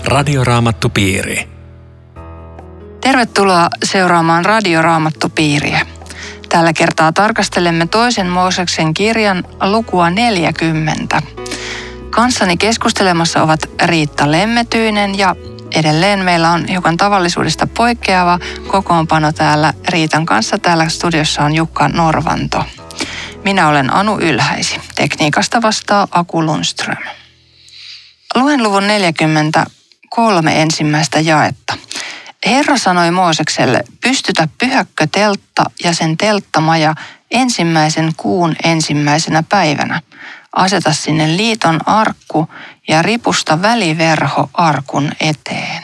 Radioraamattupiiri. Tervetuloa seuraamaan Radioraamattupiiriä. Tällä kertaa tarkastelemme toisen Mooseksen kirjan lukua 40. Kanssani keskustelemassa ovat Riitta Lemmetyinen ja edelleen meillä on hiukan tavallisuudesta poikkeava kokoonpano täällä Riitan kanssa. Täällä studiossa on Jukka Norvanto. Minä olen Anu Ylhäisi. Tekniikasta vastaa Aku Lundström. Luen luvun 43 ensimmäistä jaetta. Herra sanoi Moosekselle, pystytä pyhäkkö teltta ja sen telttamaja ensimmäisen kuun ensimmäisenä päivänä. Aseta sinne liiton arkku ja ripusta väliverho arkun eteen.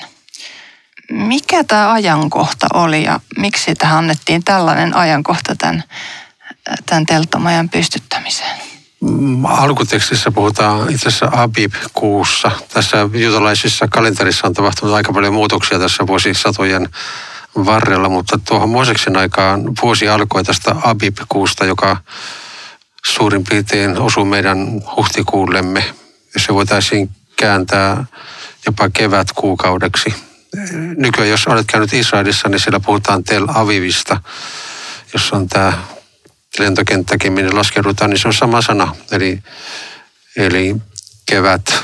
Mikä tämä ajankohta oli ja miksi tähän annettiin tällainen ajankohta tämän telttamajan pystyttämiseen? Alkutekstissä puhutaan itse asiassa Abib-kuussa. Tässä juutalaisissa kalenterissa on tapahtunut aika paljon muutoksia tässä vuosisatojen varrella, mutta tuohon Mooseksen aikaan vuosi alkoi tästä Abib-kuusta, joka suurin piirtein osuu meidän huhtikuullemme. Se voitaisiin kääntää jopa kevätkuukaudeksi. Nykyään, jos olet käynyt Israelissa, niin siellä puhutaan Tel Avivista, jossa on tämä lentokenttäkin, minne laskeudutaan, niin se on sama sana. Eli kevät,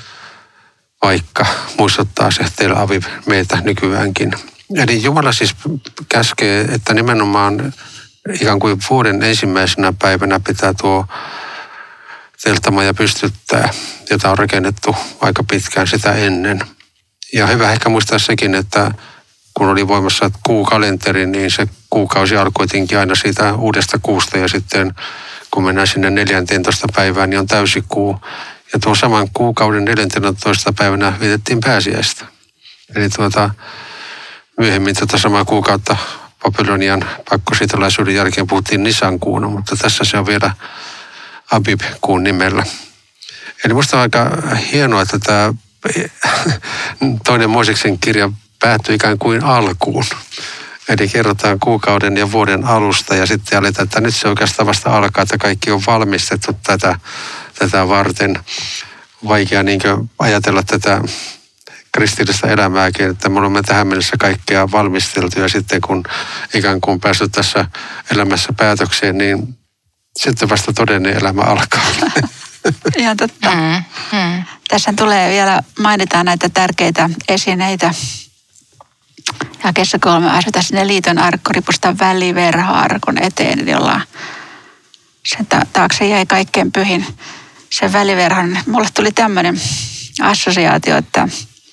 vaikka muistuttaa se Tel Aviv meitä nykyäänkin. Eli Jumala siis käskee, että nimenomaan ikään kuin vuoden ensimmäisenä päivänä pitää tuo telttamaja pystyttää, jota on rakennettu aika pitkään sitä ennen. Ja hyvä ehkä muistaa sekin, että kun oli voimassa kuukalenteri, niin se kuukausi alkoi aina siitä uudesta kuusta ja sitten kun mennään sinne 14. päivään, niin on täysikuu. Ja tuon saman kuukauden 14. päivänä vietettiin pääsiäistä. Eli myöhemmin samaa kuukautta Babylonian pakkosiirtolaisuuden jälkeen puhuttiin Nisan-kuuna, mutta tässä se on vielä Abib-kuun nimellä. Eli musta on aika hienoa, että tämä toinen Mooseksen kirja päättyi ikään kuin alkuun. Eli kerrotaan kuukauden ja vuoden alusta ja sitten aletaan, että nyt se oikeastaan vasta alkaa, että kaikki on valmistettu tätä varten. Vaikea ajatella tätä kristillistä elämääkin, että me olemme tähän mennessä kaikkea valmisteltu ja sitten kun ikään kuin päässyt tässä elämässä päätökseen, niin sitten vasta todellinen elämä alkaa. Ihan totta. Tässä tulee vielä, mainitaan näitä tärkeitä esineitä. Jakeessa 3 aseta sinne liiton arkku, ripusta väliverho arkun eteen, jolla sen taakse jäi kaikkein pyhin sen väliverhon. Mulle tuli tämmöinen assosiaatio, että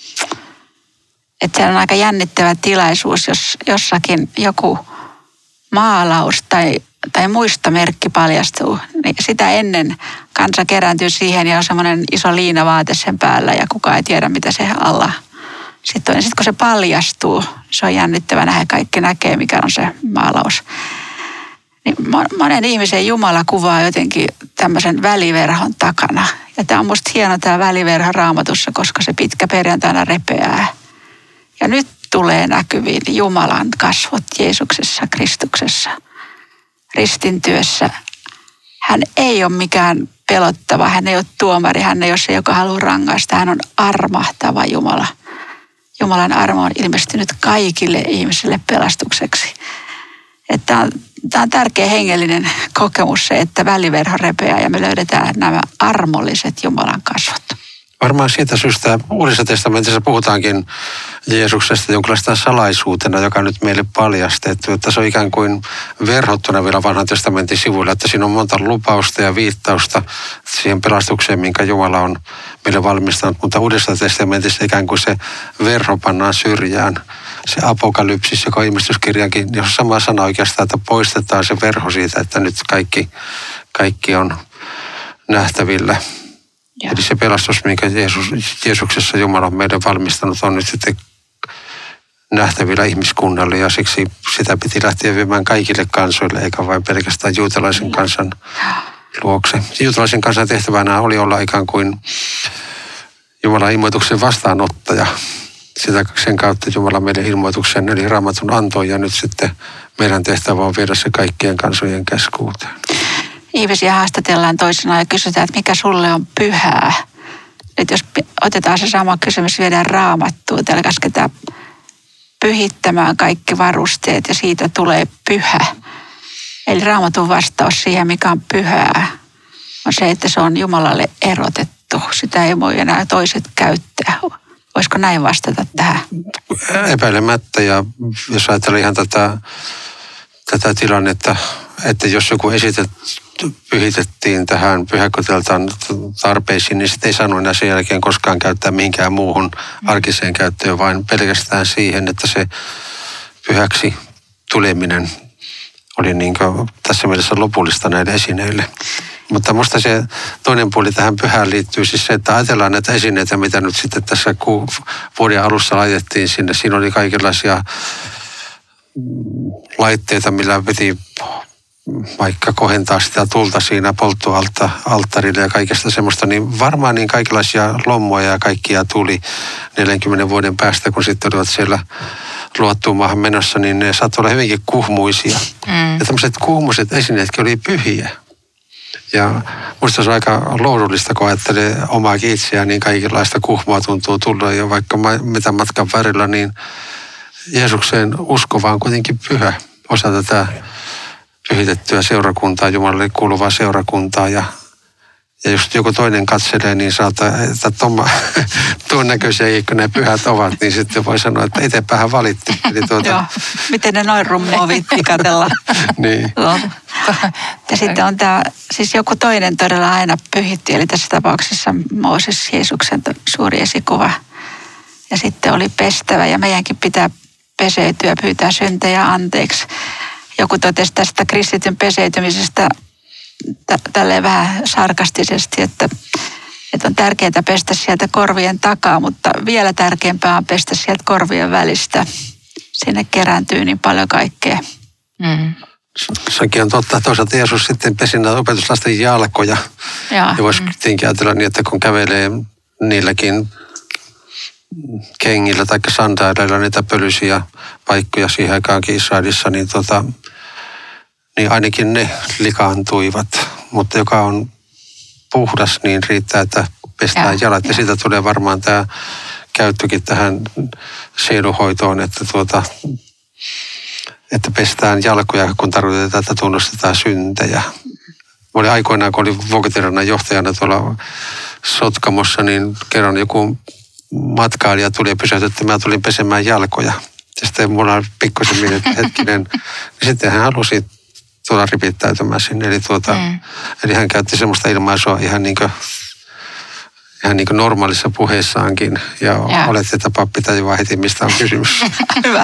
se on aika jännittävä tilaisuus, jos jossakin joku maalaus tai muistomerkki paljastuu, niin sitä ennen kansa kerääntyy siihen ja on semmoinen iso liinavaate sen päällä ja kukaan ei tiedä, mitä se alla sitten on. Ja sitten kun se paljastuu, se on jännittävä nähdä, kaikki näkee, mikä on se maalaus. Niin monen ihmisen Jumala kuvaa jotenkin tämmöisen väliverhon takana. Ja tämä on musta hieno tämä väliverho Raamatussa, koska se pitkä perjantaina repeää. Ja nyt tulee näkyviin Jumalan kasvot Jeesuksessa, Kristuksessa, ristintyössä. Hän ei ole mikään pelottava, hän ei ole tuomari, hän ei ole se, joka haluaa rangaista. Hän on armahtava Jumala. Jumalan armo on ilmestynyt kaikille ihmisille pelastukseksi. Tämä on tärkeä hengellinen kokemus se, että väliverho repeää ja me löydetään nämä armolliset Jumalan kasvot. Varmaan siitä syystä Uudessa testamentissa puhutaankin Jeesuksesta jonkinlaista salaisuutena, joka nyt meille paljastettu. Että se on ikään kuin verhottuna vielä vanhan testamentin sivuilla, että siinä on monta lupausta ja viittausta siihen pelastukseen, minkä Jumala on meille valmistanut. Mutta Uudessa testamentissa ikään kuin se verho pannaan syrjään. Se apokalypsis, joka on ilmestyskirjankin, jos sama sana oikeastaan, että poistetaan se verho siitä, että nyt kaikki on nähtävillä. Ja. Eli se pelastus, minkä Jeesuksessa Jumala on meidän valmistanut, on nyt sitten nähtävillä ihmiskunnalle ja siksi sitä piti lähteä viemään kaikille kansoille, eikä vain pelkästään juutalaisen kansan luokse. Juutalaisen kansan tehtävänä oli olla ikään kuin Jumalan ilmoituksen vastaanottaja. Sen kautta Jumala meidän ilmoituksen, eli Raamatun antoi, ja nyt sitten meidän tehtävä on viedä se kaikkien kansojen keskuuteen. Ihmisiä haastatellaan toisenaan ja kysytään, että mikä sulle on pyhää. Nyt jos otetaan se sama kysymys, viedään Raamattuun, täällä käsketään pyhittämään kaikki varusteet ja siitä tulee pyhä. Eli Raamatun vastaus siihen, mikä on pyhää, on se, että se on Jumalalle erotettu. Sitä ei voi enää toiset käyttää. Voisiko näin vastata tähän? Epäilemättä, ja jos ajatellaan ihan tätä tilannetta, että jos joku pyhitettiin tähän pyhäkoteltaan tarpeisiin, niin sitten ei saanut enää sen jälkeen koskaan käyttää mihinkään muuhun arkiseen käyttöön, vaan pelkästään siihen, että se pyhäksi tuleminen oli niin kuin tässä mielessä lopullista näille esineille. Mutta musta se toinen puoli tähän pyhään liittyy siis se, että ajatellaan näitä esineitä, mitä nyt sitten tässä vuoden alussa laitettiin sinne. Siinä oli kaikenlaisia laitteita, millä piti vaikka kohentaa sitä tulta siinä polttoalttarilla ja kaikesta semmoista, niin varmaan niin kaikenlaisia lommoja ja kaikkia tuli 40 vuoden päästä, kun sitten olivat siellä luottuun maahan menossa, niin ne saattoi olla hyvinkin kuhmuisia. Ja tämmöiset kuhmuiset esineetkin oli pyhiä. Ja musta se on aika lohdullista, kun ajattelee omaakin itseään, niin kaikenlaista kuhmua tuntuu tulla jo vaikka mitä matkan varrella, niin Jeesukseen uskova on kuitenkin pyhä osa tätä pyhitettyä seurakuntaa, Jumalalle kuuluvaa seurakuntaa. Ja jos joku toinen katselee, niin saattaa, että tuon näköisiä, kun ne pyhät ovat, niin sitten voi sanoa, että itsepähän valitti. Eli Joo, miten ne noin rummoa viitti katsella. Niin. Ja sitten on tämä, siis joku toinen todella aina pyhitti, eli tässä tapauksessa Mooses, Jeesuksen suuri esikuva. Ja sitten oli pestävä, ja meidänkin pitää peseytyä, pyytää syntejä anteeksi. Joku totesi tästä kristityn peseytymisestä tälleen vähän sarkastisesti, että on tärkeää pestä sieltä korvien takaa, mutta vielä tärkeämpää on pestä sieltä korvien välistä. Sinne kerääntyy niin paljon kaikkea. Sekin on totta. Toisaalta Jeesus sitten pesi näitä opetuslasten jalkoja. Ja voisi tietenkin ajatella niin, että kun kävelee niilläkin kengillä tai sandaaleilla niitä pölyisiä paikkoja siihen aikaankin Israelissa, niin ainakin ne likaantuivat. Mutta joka on puhdas, niin riittää, että pestään jalat. Ja siitä tulee varmaan tämä käyttökin tähän sieluhoitoon, että pestään jalkoja, kun tarkoitetaan, että tunnustetaan syntejä. Mä olin aikoinaan, kun olin vuokotiranan johtajana tuolla Sotkamossa, niin kerran joku matkailija tuli ja pysäytti, että mä tulin pesemään jalkoja. Ja sitten mulla oli pikkusen mietin, että hetkinen. Ja sitten hän halusi tulla ripittäytymään sinne. Eli hän käytti semmoista ilmaisua ihan niin kuin normaalissa puheessaankin. Ja oletti, että pappi tajuaa heti, mistä on kysymys. Hyvä.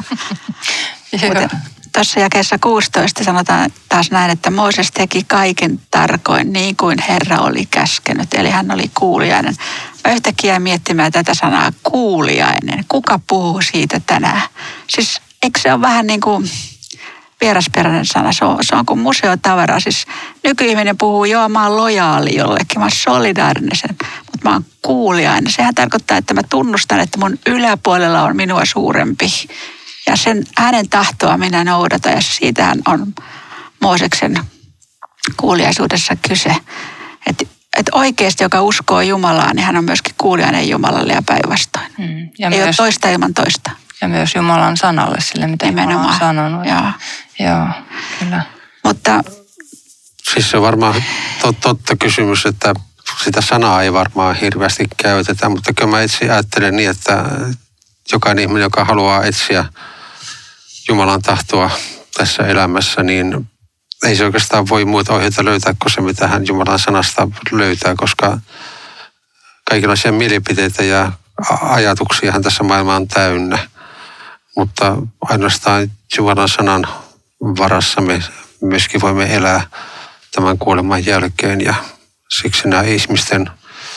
Tuossa jakeessa 16 sanotaan taas näin, että Mooses teki kaiken tarkoin niin kuin Herra oli käskenyt. Eli hän oli kuulijainen. Mä yhtäkkiä jäin miettimään tätä sanaa kuulijainen. Kuka puhuu siitä tänään? Siis eikö se ole vähän niin kuin vierasperäinen sana? Se on kuin museotavara. Siis nykyihminen puhuu, joo mä oon lojaali jollekin, mä oon solidaarinen, mutta mä oon kuulijainen. Sehän tarkoittaa, että mä tunnustan, että mun yläpuolella on minua suurempi. Ja hänen tahtoa minä noudatan, ja siitähän on Mooseksen kuuliaisuudessa kyse. Että oikeasti, joka uskoo Jumalaan, niin hän on myöskin kuulijainen Jumalalle ja päinvastoin. Ei ole toista ilman toista. Ja myös Jumalan sanalle sille, mitä Jumala on sanonut. Joo, kyllä. Mutta siis se on varmaan totta kysymys, että sitä sanaa ei varmaan hirveästi käytetä, mutta kyllä mä itse ajattelen niin, että jokainen ihminen, joka haluaa etsiä Jumalan tahtoa tässä elämässä, niin ei se oikeastaan voi muuta ohjeita löytää kuin se, mitä hän Jumalan sanasta löytää, koska kaikenlaisia mielipiteitä ja ajatuksiahan tässä maailma on täynnä. Mutta ainoastaan Jumalan sanan varassa me myöskin voimme elää tämän kuoleman jälkeen, ja siksi nämä ihmisten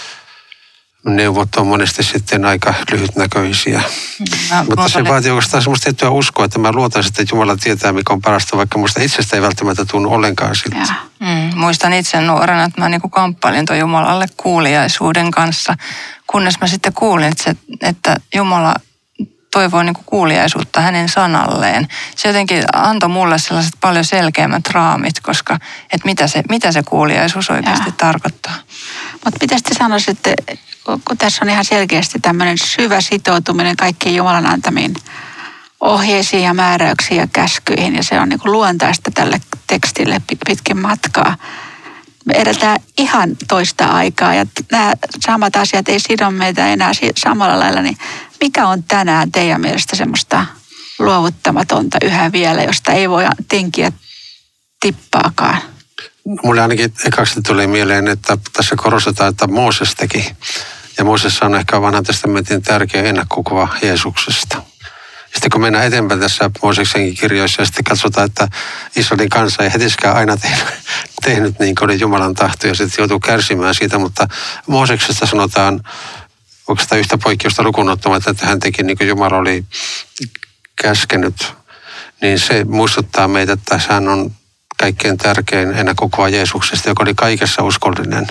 neuvot on monesti sitten aika lyhytnäköisiä. Mutta se vaatii oikeastaan semmoista tiettyä uskoa, että mä luotan sitten, että Jumala tietää, mikä on parasta, vaikka musta itsestä ei välttämättä tunnu ollenkaan siltä. Muistan itse nuorena, että mä niinku kamppailin tuon Jumalalle kuuliaisuuden kanssa, kunnes mä sitten kuulin, että Jumala toivoo niin kuin kuuliaisuutta hänen sanalleen. Se jotenkin antoi mulle sellaiset paljon selkeämmät raamit, koska että mitä se kuuliaisuus oikeasti tarkoittaa. Mutta mitä te sanoisitte, kun tässä on ihan selkeästi tämmöinen syvä sitoutuminen kaikkiin Jumalan antamiin ohjeisiin ja määräyksiin ja käskyihin, ja se on niin kuin luontaista tälle tekstille pitkin matkaa. Me eletään ihan toista aikaa, ja nämä samat asiat ei sido meitä enää samalla lailla, niin mikä on tänään teidän mielestä semmoista luovuttamatonta yhä vielä, josta ei voi tinkiä tippaakaan? Mulle ainakin ekaksi tuli mieleen, että tässä korostetaan, että Mooses teki. Ja Mooses on ehkä vanhan testamentin tärkeä ennakkokuva Jeesuksesta. Sitten kun mennään eteenpäin tässä Mooseksenkin kirjoissa ja sitten katsotaan, että Israelin kansa ei hetikään aina tehnyt niin kuin oli Jumalan tahto ja sitten joutuu kärsimään siitä, mutta Mooseksesta sanotaan, onko sitä yhtä poikkeusta lukuun ottamatta, että hän teki niin kuin Jumala oli käskenyt, niin se muistuttaa meitä, että hän on kaikkein tärkein ennakkokuva Jeesuksesta, joka oli kaikessa uskollinen.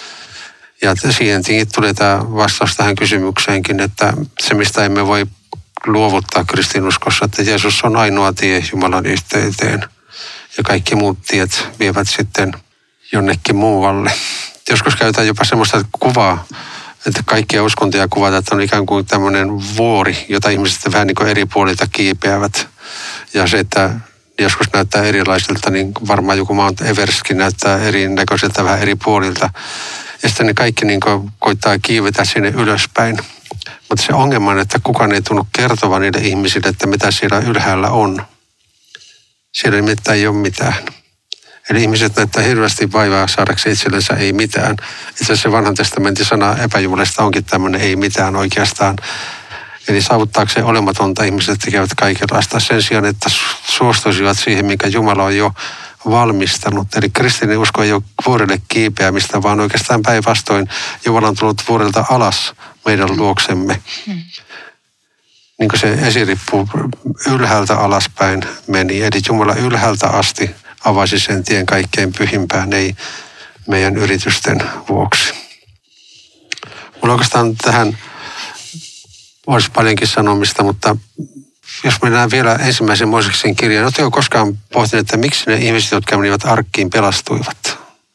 Ja siihen tuli tämä vastaus tähän kysymykseenkin, että se mistä emme voi luovuttaa kristinuskossa, että Jeesus on ainoa tie Jumalan yhteyteen ja kaikki muut tiet vievät sitten jonnekin muualle. Joskus käytetään jopa semmoista kuvaa, että kaikkia uskontoja kuvataan, että on ikään kuin tämmöinen vuori, jota ihmiset vähän niin kuin eri puolilta kiipeävät. Ja se, että joskus näyttää erilaisilta, niin varmaan joku Mount Everestkin näyttää erinäköiseltä vähän eri puolilta. Ja sitten ne kaikki niin kuin koittaa kiivetä sinne ylöspäin. Mutta se ongelma on, että kukaan ei tunnu kertova niille ihmisille, että mitä siellä ylhäällä on. Siellä nimittäin ei ole mitään. Eli ihmiset näyttää hirveästi vaivaa saadakseen itsellensä ei mitään. Itse asiassa se vanhan testamentin sana epäjumalista onkin tämmöinen ei mitään oikeastaan. Eli saavuttaakseen olematonta ihmiset tekevät kaikenlaista sen sijaan, että suostuisivat siihen, minkä Jumala on jo valmistanut. Eli kristillinen usko ei ole vuorelle kiipeämistä, vaan oikeastaan päinvastoin Jumala on tullut vuorelta alas meidän luoksemme. Niin kuin se esirippu ylhäältä alaspäin meni. Eli Jumala ylhäältä asti avasi sen tien kaikkein pyhimpään, ei meidän yritysten vuoksi. Mulla oikeastaan tähän olisi paljonkin sanomista, mutta jos mennään vielä ensimmäisen Mooseksen kirjaan, oletko koskaan pohtinut, että miksi ne ihmiset, jotka menivät arkkiin, pelastuivat?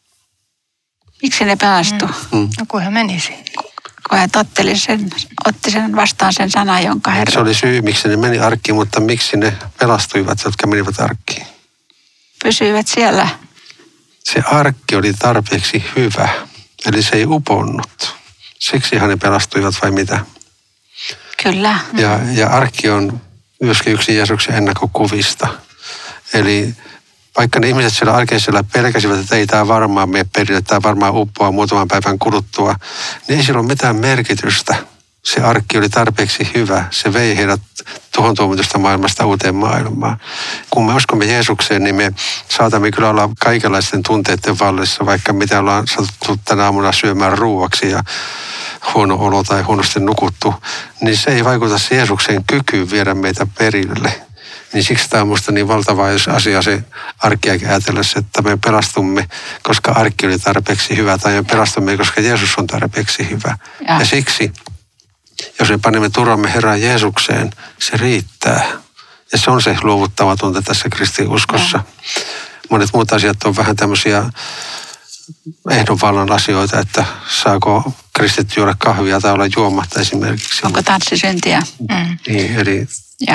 Miksi ne pelastu? No kun he menisi. Kun he otti sen vastaan sen sanan, jonka Herra... Se oli syy, miksi ne meni arkkiin, mutta miksi ne pelastuivat, jotka menivät arkkiin? Pysyivät siellä. Se arkki oli tarpeeksi hyvä, eli se ei uponnut. Siksihan ne pelastuivat vai mitä? Kyllä. Ja arkki on myöskin yksi Jeesuksen ennakkokuvista. Eli vaikka ne ihmiset siellä arkeisella pelkäsivät, että ei tämä varmaan mene perille, tämä varmaan uppoaa muutaman päivän kuluttua, niin ei sillä ole mitään merkitystä. Se arkki oli tarpeeksi hyvä. Se vei heidät tuhon tuomitusta maailmasta uuteen maailmaan. Kun me uskomme Jeesukseen, niin me saatamme kyllä olla kaikenlaisten tunteiden vallissa, vaikka mitä ollaan satuttu tänä aamuna syömään ruuaksi ja huono olo tai huonosti nukuttu, niin se ei vaikuta Jeesuksen kykyyn viedä meitä perille. Niin siksi tämä on minusta niin valtava asia se arkkiakin ajatellessa, että me pelastumme, koska arkki oli tarpeeksi hyvä, tai me pelastumme, koska Jeesus on tarpeeksi hyvä. Ja siksi, jos me panemme turvamme Herran Jeesukseen, se riittää. Ja se on se luovuttamatonta tässä kristinuskossa. Monet muut asiat on vähän tämmöisiä ehdonvallan asioita, että saako kristitty juoda kahvia tai olla juomatta esimerkiksi. Onko tanssisyntiä? Niin, eli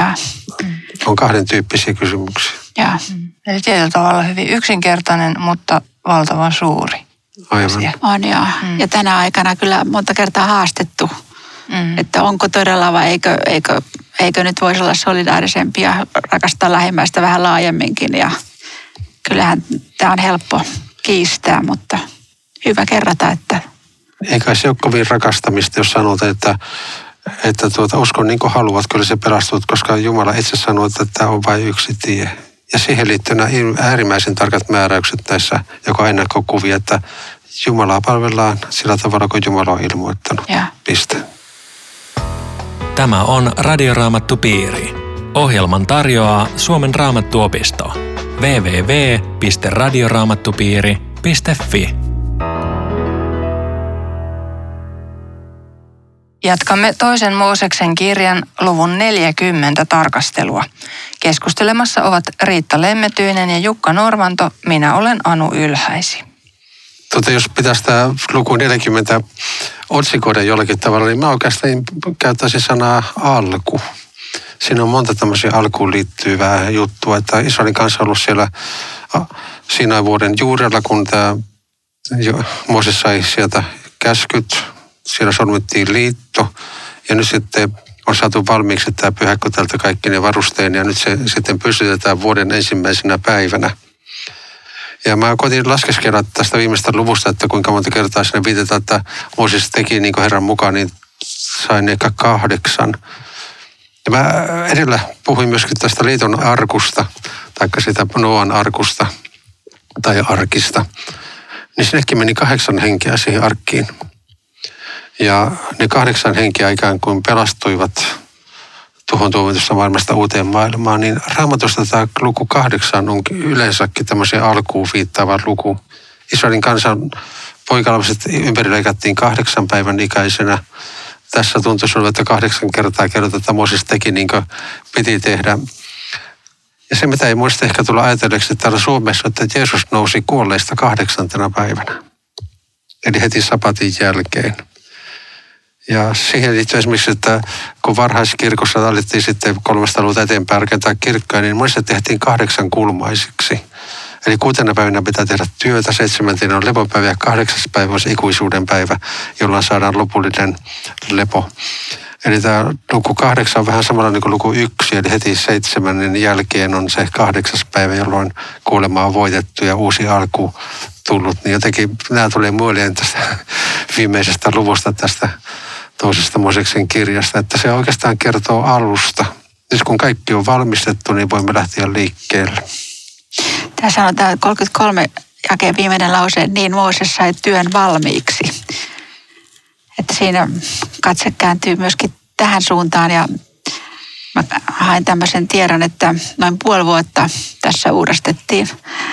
on kahden tyyppisiä kysymyksiä. Eli tietyllä tavalla hyvin yksinkertainen, mutta valtavan suuri. Aivan. On joo. Ja tänä aikana kyllä monta kertaa haastettu, että onko todella vai eikö nyt voisi olla solidaarisempi ja rakastaa lähimmäistä vähän laajemminkin. Ja kyllähän tämä on helppo kiistää, mutta hyvä kerrata, että... Eikä se ole kovin rakastamista, jos sanotaan, että uskon niin kuin haluat, kyllä se pelastut, koska Jumala itse sanoo, että tämä on vain yksi tie. Ja siihen liittyy nämä äärimmäisen tarkat määräykset näissä, joka on ennakkokuvia, että Jumalaa palvellaan sillä tavalla, kun Jumala on ilmoittanut. Piste. Tämä on Radioraamattupiiri. Ohjelman tarjoaa Suomen Raamattuopisto. www.radioraamattupiiri.fi Jatkamme toisen Mooseksen kirjan luvun 40 tarkastelua. Keskustelemassa ovat Riitta Lemmetyinen ja Jukka Norvanto. Minä olen Anu Ylhäisi. Jos pitäisi tämä luku 40 otsikoida jollakin tavalla, niin mä oikeastaan käyttäisin sanaa alku. Siinä on monta tämmöisiä alkuun liittyvää juttua, että Israelin kanssa on ollut siellä Siinain vuoden juurella, kun tämä Mooses sai sieltä käskyt. Siellä solmittiin liitto ja nyt sitten on saatu valmiiksi tämä pyhäkkö tältä kaikki ne varustein ja nyt se sitten pystytetään vuoden ensimmäisenä päivänä. Ja mä koitin laskeskella tästä viimeistä luvusta, että kuinka monta kertaa sinne viitataan, että Mooses teki niin kuin Herran mukaan, niin sain ehkä 8. Ja mä edellä puhuin myöskin tästä liiton arkusta, tai sitä Noan arkusta, tai arkista. Niin sinnekin meni 8 henkeä siihen arkkiin. Ja ne 8 henkeä ikään kuin pelastuivat tuhon tuomitusta maailmasta uuteen maailmaan, niin Raamatusta tämä luku 8 on yleensäkin tämmöisen alkuun viittaava luku. Israelin kansan poikalapset ympärileikattiin 8 päivän ikäisenä. Tässä tuntuisi olevan, että 8 kertaa kerrotaan, että Mooses teki niin kuin piti tehdä. Ja se, mitä ei muista ehkä tulla ajatelleeksi täällä Suomessa, että Jeesus nousi kuolleista 8. päivänä. Eli heti sapatin jälkeen. Ja siihen liittyy esimerkiksi, että kun varhaiskirkossa alettiin sitten 300-luvulta eteenpäin rakentaa kirkkoja, niin monesti tehtiin 8 kulmaisiksi. Eli 6. päivänä pitää tehdä työtä, 7. on lepopäivä ja 8. päivä on ikuisuuden päivä, jolloin saadaan lopullinen lepo. Eli tämä luku 8 on vähän samalla niin kuin luku 1, eli heti 7. jälkeen on se 8. päivä, jolloin kuolema on voitettu ja uusi alku tullut. Niin jotenkin nämä tulee mieleen tästä viimeisestä luvusta tästä toisesta Mooseksen kirjasta, että se oikeastaan kertoo alusta. Nyt kun kaikki on valmistettu, niin voimme lähteä liikkeelle. Tämä sanotaan 33 jakeen viimeinen lause, niin Mooses sai työn valmiiksi. Että siinä katse kääntyy myöskin tähän suuntaan ja mä hain tämmöisen tiedon, että noin puoli vuotta tässä uudistettiin.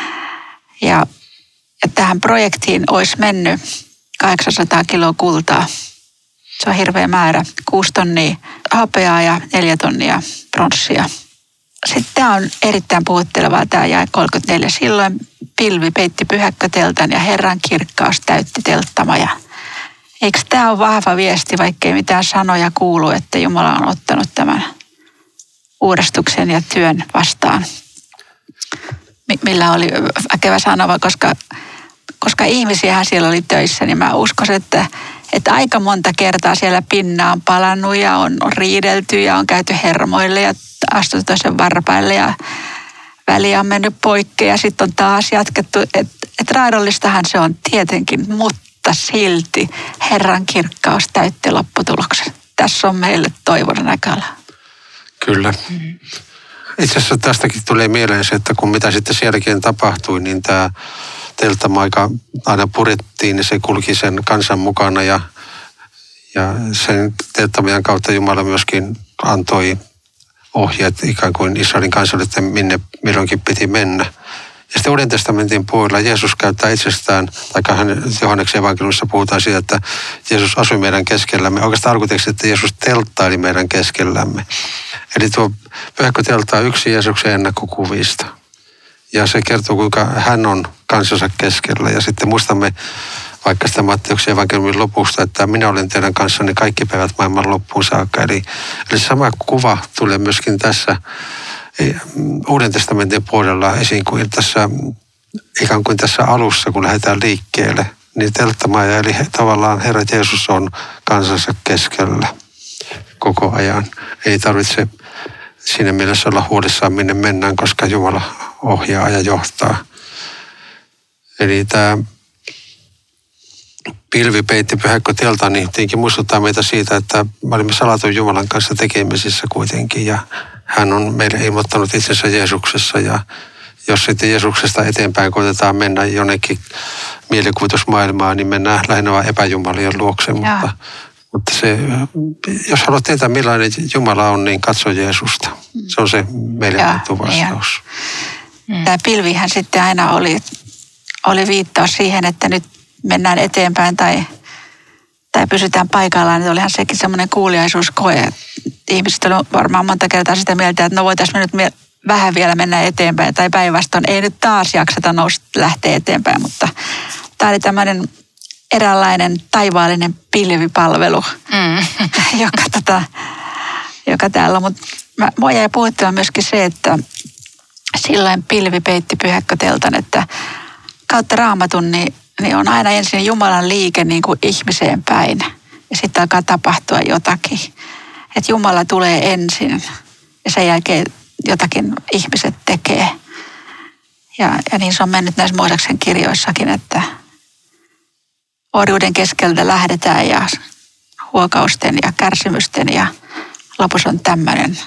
Ja tähän projektiin olisi mennyt 800 kiloa kultaa. Se on hirveä määrä. 6 tonnia hopeaa ja 4 tonnia pronssia. Sitten tämä on erittäin puhuttelevaa, tämä jae 34. Silloin pilvi peitti pyhäkköteltan ja Herran kirkkaus täytti telttamajan. Eikö tämä ole vahva viesti, vaikkei mitään sanoja kuulu, että Jumala on ottanut tämän uudistuksen ja työn vastaan? Millä oli väkevä sanova, koska ihmisiähän siellä oli töissä, niin mä uskon, että aika monta kertaa siellä pinna on palannut ja on riidelty ja on käyty hermoille ja astuttu toisen varpaille ja väliä on mennyt poikki ja sitten on taas jatkettu. Että raadollistahan se on tietenkin, mutta silti Herran kirkkaus täytti lopputuloksen. Tässä on meille toivon näköala. Kyllä. Itse asiassa tästäkin tulee mieleen se, että kun mitä sitten sielläkin tapahtui, niin tämä telttamaika aina purettiin, niin se kulki sen kansan mukana ja sen telttamajan kautta Jumala myöskin antoi ohjeet ikään kuin Israelin kansalle, että minne milloinkin piti mennä. Ja sitten Uuden testamentin puolella Jeesus käyttää itsestään, tai Johanneksen evankeliumissa puhutaan siitä, että Jeesus asui meidän keskellämme. Oikeastaan alkuteksti, että Jeesus telttaili meidän keskellämme. Eli tuo pyhäkköteltta on yksi Jeesuksen ennakkokuvista. Ja se kertoo, kuinka hän on kansansa keskellä. Ja sitten muistamme vaikka sitä Matteuksen evankeliumin lopusta, että minä olen teidän kanssanne kaikki päivät maailman loppuun saakka. Eli sama kuva tulee myöskin tässä Uuden testamentin puolella esiin kuin tässä, ikään kuin tässä alussa, kun lähdetään liikkeelle. Niin telttamaja, eli tavallaan Herra Jeesus on kansansa keskellä koko ajan. Ei tarvitse siinä mielessä olla huolissaan, minne mennään, koska Jumala ohjaa ja johtaa. Eli tämä pilvi peitti pyhäkköteltan, niin tietenkin muistuttaa meitä siitä, että me olimme salatun Jumalan kanssa tekemisissä kuitenkin. Ja hän on meille ilmoittanut itsensä Jeesuksessa. Ja jos sitten Jeesuksesta eteenpäin koitetaan mennä jonnekin mielikuvitusmaailmaan, niin mennään lähinnä vain epäjumalien luokse. Mutta se, jos haluat tietää millainen Jumala on, niin katso Jeesusta. Se on se meille annettu vastaus. Tämä pilvihän sitten aina oli viittaus siihen, että nyt mennään eteenpäin tai tai pysytään paikallaan, niin olihan sekin semmoinen kuuliaisuuskoe. Ihmiset olivat varmaan monta kertaa sitä mieltä, että no voitaisiin me nyt vähän vielä mennä eteenpäin, tai päinvastoin ei nyt taas jakseta lähteä eteenpäin, mutta tämä oli tämmöinen eräänlainen taivaallinen pilvipalvelu, joka täällä on. Mutta mua jäi puhuttua myöskin se, että silloin pilvi peitti pyhäkköteltan, että kautta Raamatun niin on aina ensin Jumalan liike niin kuin ihmiseen päin ja sitten alkaa tapahtua jotakin. Että Jumala tulee ensin ja sen jälkeen jotakin ihmiset tekee. Ja niin se on mennyt näissä Mooseksen kirjoissakin, että orjuuden keskeltä lähdetään ja huokausten ja kärsimysten ja lopussa on tämmöinen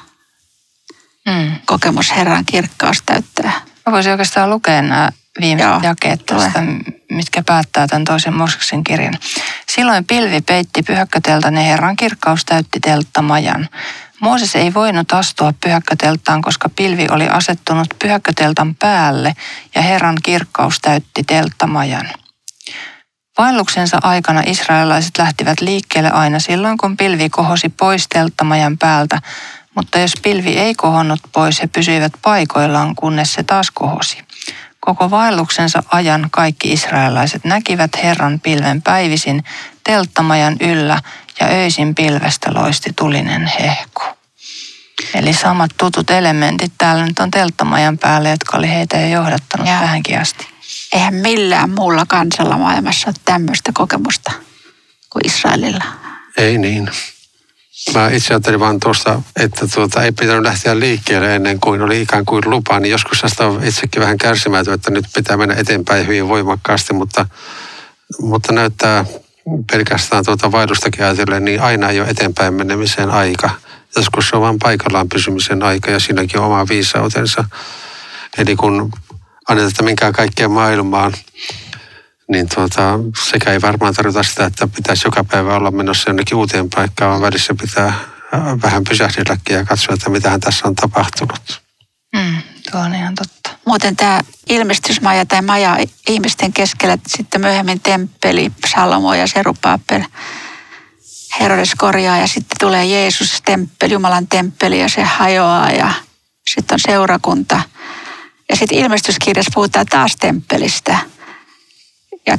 kokemus Herran kirkkaus täyttää. Mä voisin oikeastaan lukea nämä viimeiset jakeet tästä, mitkä päättää tämän toisen Mooseksen kirjan. Silloin pilvi peitti pyhäkköteltan ja Herran kirkkaus täytti telttamajan. Mooses ei voinut astua pyhäkkötelttaan, koska pilvi oli asettunut pyhäkköteltan päälle ja Herran kirkkaus täytti telttamajan. Vaelluksensa aikana israelilaiset lähtivät liikkeelle aina silloin, kun pilvi kohosi pois telttamajan päältä, mutta jos pilvi ei kohonnut pois, he pysyivät paikoillaan, kunnes se taas kohosi. Koko vaelluksensa ajan kaikki israelilaiset näkivät Herran pilven päivisin telttamajan yllä ja öisin pilvestä loisti tulinen hehku. Eli samat tutut elementit täällä nyt on telttamajan päällä, jotka oli heitä jo johdattanut tähänkin asti. Eihän millään muulla kansalla maailmassa ole tämmöistä kokemusta kuin Israelilla. Ei niin. Mä itse ajattelin vaan tuosta, että ei pitänyt lähteä liikkeelle ennen kuin oli ikään kuin lupa, niin joskus sitä on itsekin vähän kärsimätön, että nyt pitää mennä eteenpäin hyvin voimakkaasti, mutta näyttää pelkästään vaellustakin ajatellen, niin aina ei ole eteenpäin menemisen aika. Joskus se on vain paikallaan pysymisen aika ja siinäkin on oma viisautensa. Eli kun annetaan minkään kaikkeen maailmaan, niin sekä ei varmaan tarvita sitä, että pitäisi joka päivä olla menossa jonnekin uuteen paikkaan, vaan välissä pitää vähän pysähdelläkin ja katsoa, että mitähän tässä on tapahtunut. Tuo on ihan totta. Muuten tämä ilmestysmaja tai maja ihmisten keskellä, sitten myöhemmin temppeli, Salomo ja Serubaabel, Herodes korjaa ja sitten tulee Jeesus, temppeli, Jumalan temppeli ja se hajoaa ja sitten on seurakunta. Ja sitten ilmestyskirjassa puhutaan taas temppelistä. Ja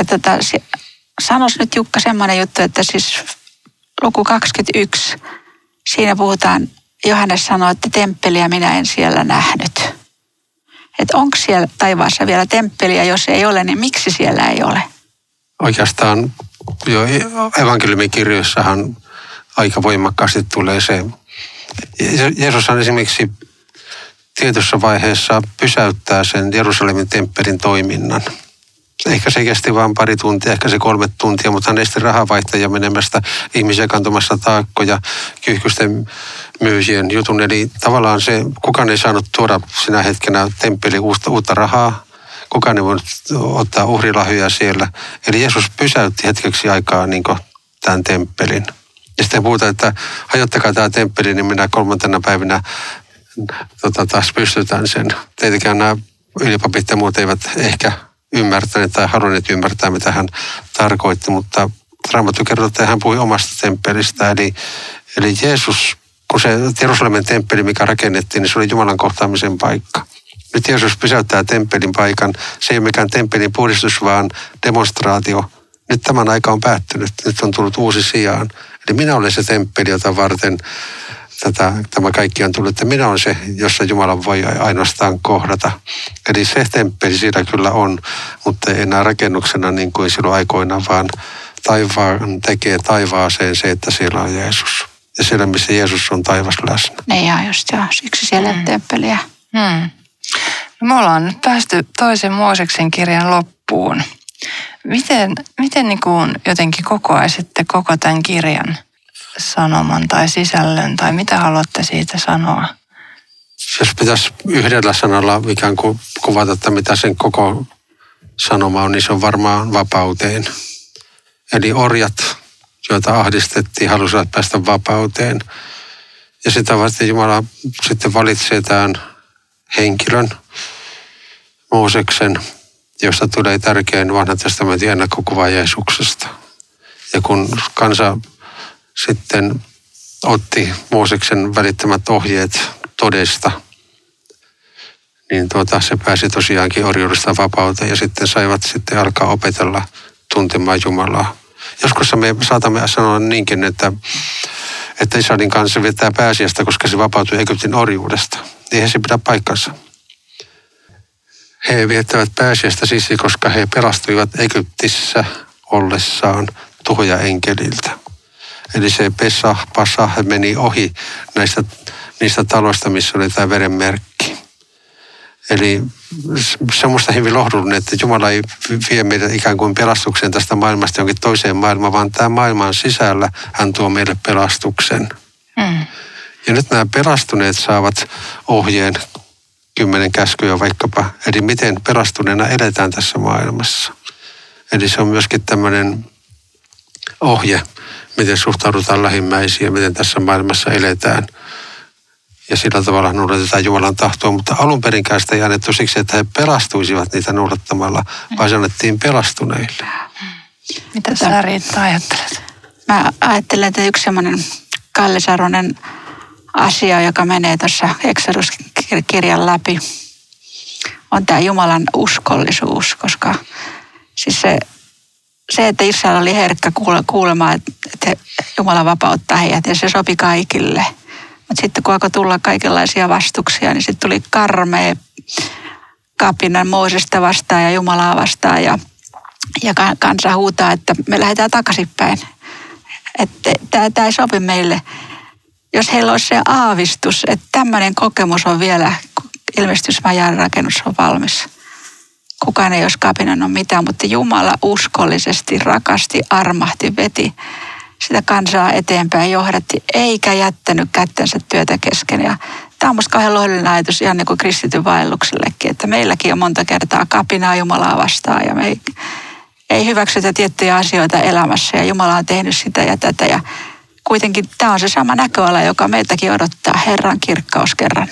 sanois nyt Jukka semmoinen juttu, että siis luku 21, siinä puhutaan, Johannes sanoo, että temppeliä minä en siellä nähnyt. Että onko siellä taivaassa vielä temppeliä, jos ei ole, niin miksi siellä ei ole? Oikeastaan jo evankeliumikirjoissahan aika voimakkaasti tulee se. Jeesushan esimerkiksi tietyssä vaiheessa pysäyttää sen Jerusalemin temppelin toiminnan. Ehkä se kesti vain pari tuntia, ehkä se 3 tuntia, mutta hän esti rahavaihtajia menemästä, ihmisiä kantamassa taakkoja, kyyhkysten myyjien jutun. Eli tavallaan se, kukaan ei saanut tuoda sinä hetkenä temppeliin uutta rahaa, kukaan ei voinut ottaa uhrilahjoja siellä. Eli Jeesus pysäytti hetkeksi aikaa niin kuin tämän temppelin. Ja sitten puhutaan, että hajottakaa tämä temppeli, niin minä 3. päivänä taas pystytään sen. Tietenkään nämä ylipapit ja muut eivät ehkä ymmärtäneet tai halunneet ymmärtää, mitä hän tarkoitti, mutta Raamattu kertoo, että hän puhui omasta temppelistä. Eli Jeesus, kun se Jerusalemin temppeli, mikä rakennettiin, niin se oli Jumalan kohtaamisen paikka. Nyt Jeesus pysäyttää temppelin paikan. Se ei ole mikään temppelin puhdistus, vaan demonstraatio. Nyt tämän aika on päättynyt. Nyt on tullut uusi sijaan. Eli minä olen se temppeli, jota varten tämä kaikki on tullut, että minä olen se, jossa Jumala voi ainoastaan kohdata. Eli se temppeli siellä kyllä on, mutta ei enää rakennuksena niin kuin silloin aikoina, vaan taivaan tekee taivaaseen se, että siellä on Jeesus. Ja siellä, missä Jeesus on, taivas läsnä. Niin just joo, siksi siellä on temppeliä. No, me ollaan nyt päästy toisen Mooseksen kirjan loppuun. Miten niin kuin jotenkin kokoaisitte koko tämän kirjan sanoman tai sisällön, tai mitä haluatte siitä sanoa? Jos pitäisi yhdellä sanalla ikään kuin kuvata, että mitä sen koko sanoma on, niin se on varmaan vapauteen. Eli orjat, joita ahdistettiin, halusivat päästä vapauteen. Ja sitä varten Jumala sitten valitsee tämän henkilön, Mooseksen, josta tulee tärkein vanhan testamentin ennakkokuva Jeesuksesta. Ja kun kansa sitten otti Mooseksen välittämät ohjeet todesta, niin se pääsi tosiaankin orjuudesta vapauteen ja sitten saivat sitten alkaa opetella tuntemaan Jumalaa. Joskus me saatamme sanoa niinkin, että Israelin kanssa vetää pääsiäistä, koska se vapautui Egyptin orjuudesta. Eihän se pidä paikkansa. He viettävät pääsiäistä siksi, koska he pelastuivat Egyptissä ollessaan tuhoajaenkeliltä. Eli se Pasah meni ohi niistä taloista, missä oli tämä verenmerkki. Eli semmoista hyvin lohdullinen, että Jumala ei vie meitä ikään kuin pelastukseen tästä maailmasta jonkin toiseen maailmaan, vaan tämä maailman sisällä hän tuo meille pelastuksen. Ja nyt nämä pelastuneet saavat ohjeen 10 käskyä vaikkapa, eli miten pelastuneena eletään tässä maailmassa. Eli se on myöskin tämmöinen ohje, miten suhtaudutaan lähimmäisiin ja miten tässä maailmassa eletään. Ja sillä tavalla noudatetaan Jumalan tahtoa, mutta alun perinkään sitä ei annettu siksi, että he pelastuisivat niitä noudattamalla, vaan se annettiin pelastuneille. Mitä sä Riitta ajattelet? Mä ajattelen, että yksi semmoinen kallisarvoinen asia, joka menee tuossa Exodus-kirjan läpi, on tämä Jumalan uskollisuus, koska siis se, että Israel oli herkkä kuulemaan, että Jumala vapauttaa heidät ja se sopi kaikille. Mutta sitten kun alkoi tulla kaikenlaisia vastuksia, niin sitten tuli karmea kapina Moosesta vastaan ja Jumalaa vastaan ja kansa huutaa, että me lähdetään takaisinpäin. Että tämä ei sopi meille. Jos heillä olisi se aavistus, että tämmöinen kokemus on vielä, kun ilmestysmajan rakennus on valmis. Kukaan ei olisi kapinannut mitään, mutta Jumala uskollisesti, rakasti, armahti, veti sitä kansaa eteenpäin, johdatti, eikä jättänyt kättensä työtä kesken. Ja tämä on musta kauhean lohdullinen ajatus ihan niin kuin kristityn vaelluksellekin, että meilläkin on monta kertaa kapinaa Jumalaa vastaan ja me ei hyväksytä tiettyjä asioita elämässä ja Jumala on tehnyt sitä ja tätä. Ja kuitenkin tämä on se sama näköala, joka meiltäkin odottaa Herran kirkkaus kerran.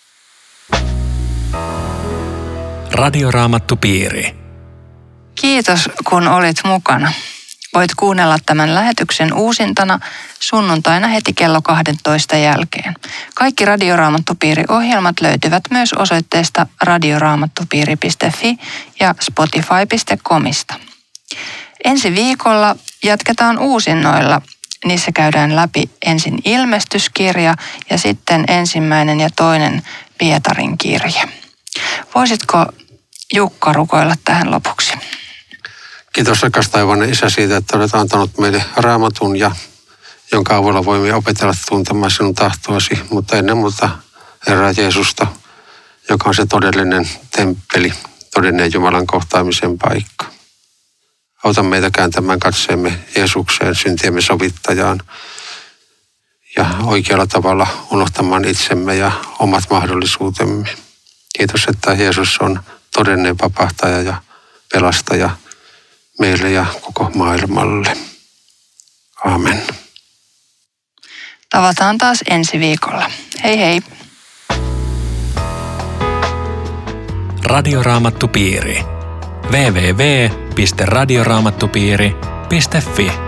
Radioraamattupiiri. Kiitos, kun olit mukana. Voit kuunnella tämän lähetyksen uusintana sunnuntaina heti kello 12 jälkeen. Kaikki Radioraamattupiiri-ohjelmat löytyvät myös osoitteesta radioraamattupiiri.fi ja spotify.comista. Ensi viikolla jatketaan uusinnoilla. Niissä käydään läpi ensin ilmestyskirja ja sitten 1. ja 2. Pietarin kirja. Voisitko Jukka rukoilla tähän lopuksi? Kiitos rakas taivainen Isä siitä, että olet antanut meille Raamatun ja jonka avulla voimme opetella tuntemaan sinun tahtoasi, mutta ennen muuta Herra Jeesusta, joka on se todellinen temppeli, todellinen Jumalan kohtaamisen paikka. Auta meitä kääntämään katseemme Jeesukseen, syntiemme sovittajaan ja oikealla tavalla unohtamaan itsemme ja omat mahdollisuutemme. Kiitos, että Jeesus on todellinen vapahtaja ja pelastaja meille ja koko maailmalle. Aamen. Tavataan taas ensi viikolla. Hei hei. Radioraamattupiiri. www.radioraamattupiiri.fi